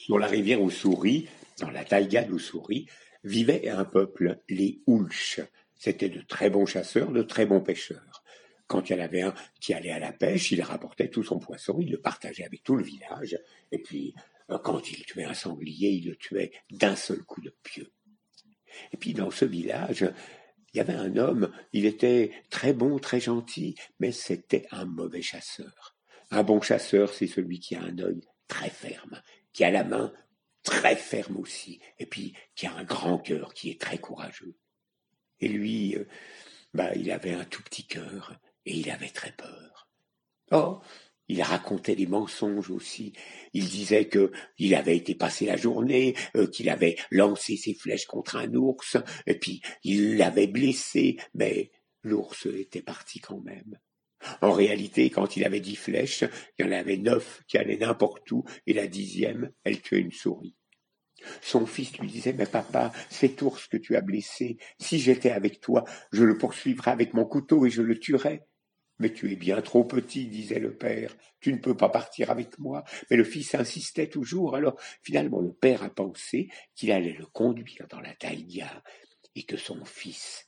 Sur la rivière Ussuri, dans la taïga d'Ussuri, vivait un peuple, les Oulches. C'étaient de très bons chasseurs, de très bons pêcheurs. Quand il y en avait un qui allait à la pêche, il rapportait tout son poisson, il le partageait avec tout le village. Et puis, quand il tuait un sanglier, il le tuait d'un seul coup de pieu. Et puis, dans ce village, il y avait un homme, il était très bon, très gentil, mais c'était un mauvais chasseur. Un bon chasseur, c'est celui qui a un œil très ferme, qui a la main très ferme aussi, et puis qui a un grand cœur, qui est très courageux. Et lui, il avait un tout petit cœur, et il avait très peur. Oh, il racontait des mensonges aussi. Il disait qu'il avait été passé la journée, qu'il avait lancé ses flèches contre un ours, et puis il l'avait blessé, mais l'ours était parti quand même. En réalité, quand il avait 10 flèches, il y en avait 9 qui allaient n'importe où, et la 10e, elle tuait une souris. Son fils lui disait, mais papa, cet ours que tu as blessé, si j'étais avec toi, je le poursuivrais avec mon couteau et je le tuerais. Mais tu es bien trop petit, disait le père, tu ne peux pas partir avec moi. Mais le fils insistait toujours, alors finalement le père a pensé qu'il allait le conduire dans la taïga et que son fils,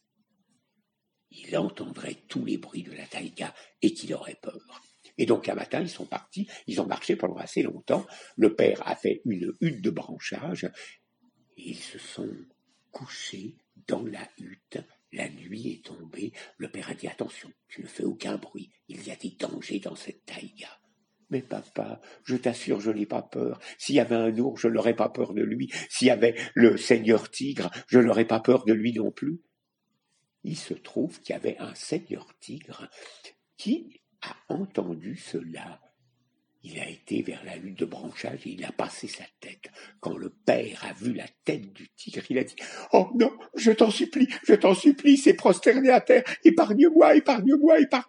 il entendrait tous les bruits de la taïga et qu'il aurait peur. Et donc un matin, ils sont partis, ils ont marché pendant assez longtemps, le père a fait une hutte de branchage et ils se sont couchés dans la hutte. La nuit est tombée, le père a dit, attention, tu ne fais aucun bruit, il y a des dangers dans cette taïga. Mais papa, je t'assure, je n'ai pas peur. S'il y avait un ours, je n'aurais pas peur de lui. S'il y avait le seigneur tigre, je n'aurais pas peur de lui non plus. Il se trouve qu'il y avait un seigneur tigre qui a entendu cela. Il a été vers la hutte de branchage et il a passé sa tête. Quand le père a vu la tête du tigre, il a dit « Oh non, je t'en supplie, s'est prosterné à terre, épargne-moi, épargne-moi, épargne-moi »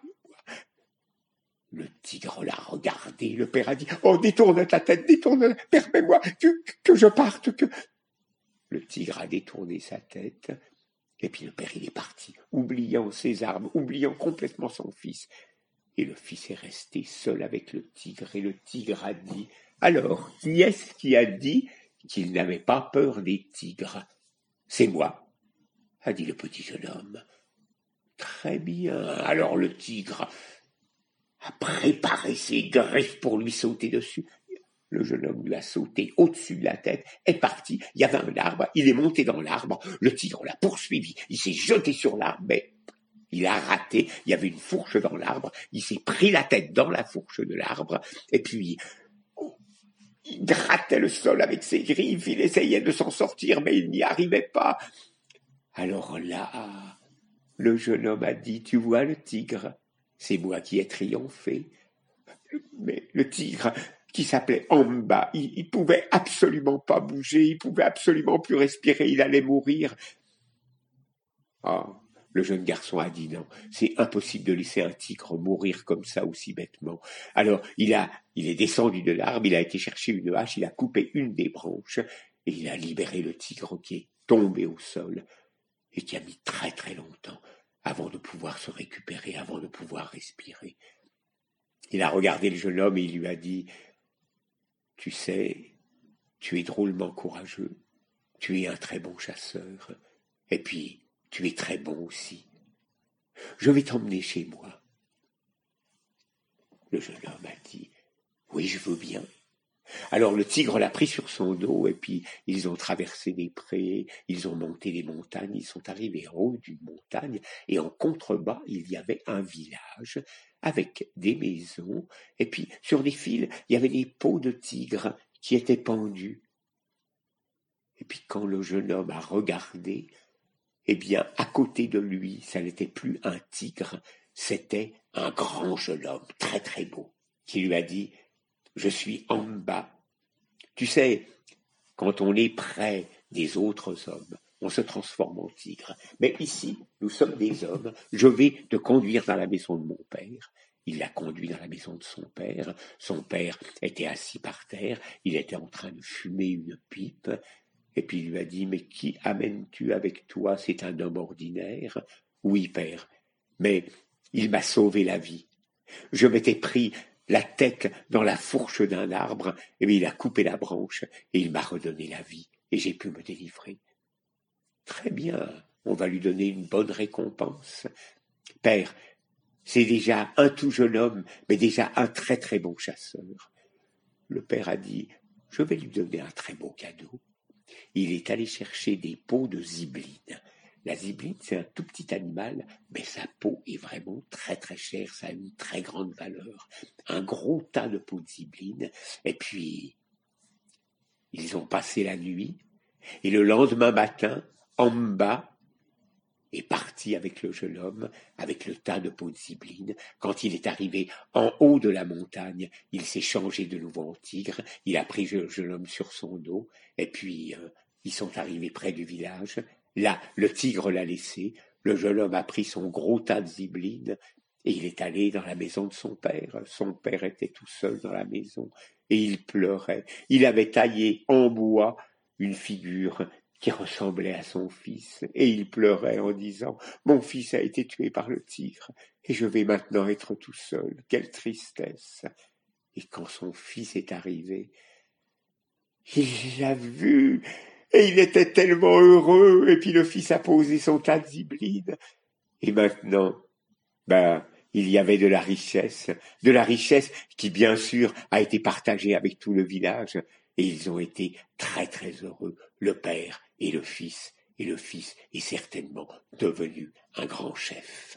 Le tigre l'a regardé, le père a dit « Oh, détourne ta tête, détourne, permets-moi que je parte, que... » Le tigre a détourné sa tête, et puis le père il est parti, oubliant ses armes, oubliant complètement son fils. Et le fils est resté seul avec le tigre, et le tigre a dit « Alors, qui est-ce qui a dit qu'il n'avait pas peur des tigres ?»« C'est moi, » a dit le petit jeune homme. « Très bien. » Alors le tigre a préparé ses griffes pour lui sauter dessus. Le jeune homme lui a sauté au-dessus de la tête, est parti, il y avait un arbre, il est monté dans l'arbre, le tigre l'a poursuivi, il s'est jeté sur l'arbre, mais... il a raté, il y avait une fourche dans l'arbre, il s'est pris la tête dans la fourche de l'arbre, et puis il grattait le sol avec ses griffes, il essayait de s'en sortir, mais il n'y arrivait pas. Alors là, le jeune homme a dit, tu vois le tigre, c'est moi qui ai triomphé. Mais le tigre, qui s'appelait Amba, il pouvait absolument pas bouger, il pouvait absolument plus respirer, il allait mourir. Ah. Le jeune garçon a dit non, c'est impossible de laisser un tigre mourir comme ça aussi bêtement. Alors il est descendu de l'arbre, il a été chercher une hache, il a coupé une des branches et il a libéré le tigre qui est tombé au sol et qui a mis très très longtemps avant de pouvoir se récupérer, avant de pouvoir respirer. Il a regardé le jeune homme et il lui a dit « Tu sais, tu es drôlement courageux, tu es un très bon chasseur et puis tu es très bon aussi. Je vais t'emmener chez moi. » Le jeune homme a dit « Oui, je veux bien. » Alors le tigre l'a pris sur son dos et puis ils ont traversé des prés, ils ont monté des montagnes, ils sont arrivés en haut d'une montagne et en contrebas il y avait un village avec des maisons et puis sur des fils il y avait des peaux de tigre qui étaient pendues. Et puis quand le jeune homme a regardé, eh bien, à côté de lui, ça n'était plus un tigre, c'était un grand jeune homme, très très beau, qui lui a dit « Je suis Amba. » Tu sais, quand on est près des autres hommes, on se transforme en tigre. Mais ici, nous sommes des hommes, je vais te conduire dans la maison de mon père. Il l'a conduit dans la maison de son père. Son père était assis par terre, il était en train de fumer une pipe. Et puis il lui a dit « Mais qui amènes-tu avec toi? C'est un homme ordinaire. » « Oui, père, mais il m'a sauvé la vie. Je m'étais pris la tête dans la fourche d'un arbre, et bien il a coupé la branche, et il m'a redonné la vie, et j'ai pu me délivrer. Très bien, on va lui donner une bonne récompense. Père, c'est déjà un tout jeune homme, mais déjà un très très bon chasseur. Le père a dit, je vais lui donner un très beau cadeau. Il est allé chercher des peaux de zibeline. La zibeline, c'est un tout petit animal, mais sa peau est vraiment très très chère, ça a une très grande valeur. Un gros tas de peaux de zibeline, et puis ils ont passé la nuit, et le lendemain matin, Amba est parti avec le jeune homme, avec le tas de peaux de zibeline. Quand il est arrivé en haut de la montagne, il s'est changé de nouveau en tigre, il a pris le jeune homme sur son dos, et puis ils sont arrivés près du village. Là, le tigre l'a laissé, le jeune homme a pris son gros tas de zibeline, et il est allé dans la maison de son père. Son père était tout seul dans la maison, et il pleurait. Il avait taillé en bois une figure qui ressemblait à son fils, et il pleurait en disant « Mon fils a été tué par le tigre, et je vais maintenant être tout seul. Quelle tristesse !» Et quand son fils est arrivé, il l'a vu, et il était tellement heureux, et puis le fils a posé son tas de zibeline. Et maintenant, il y avait de la richesse qui, bien sûr, a été partagée avec tout le village, et ils ont été très très heureux, le père et le fils est certainement devenu un grand chef.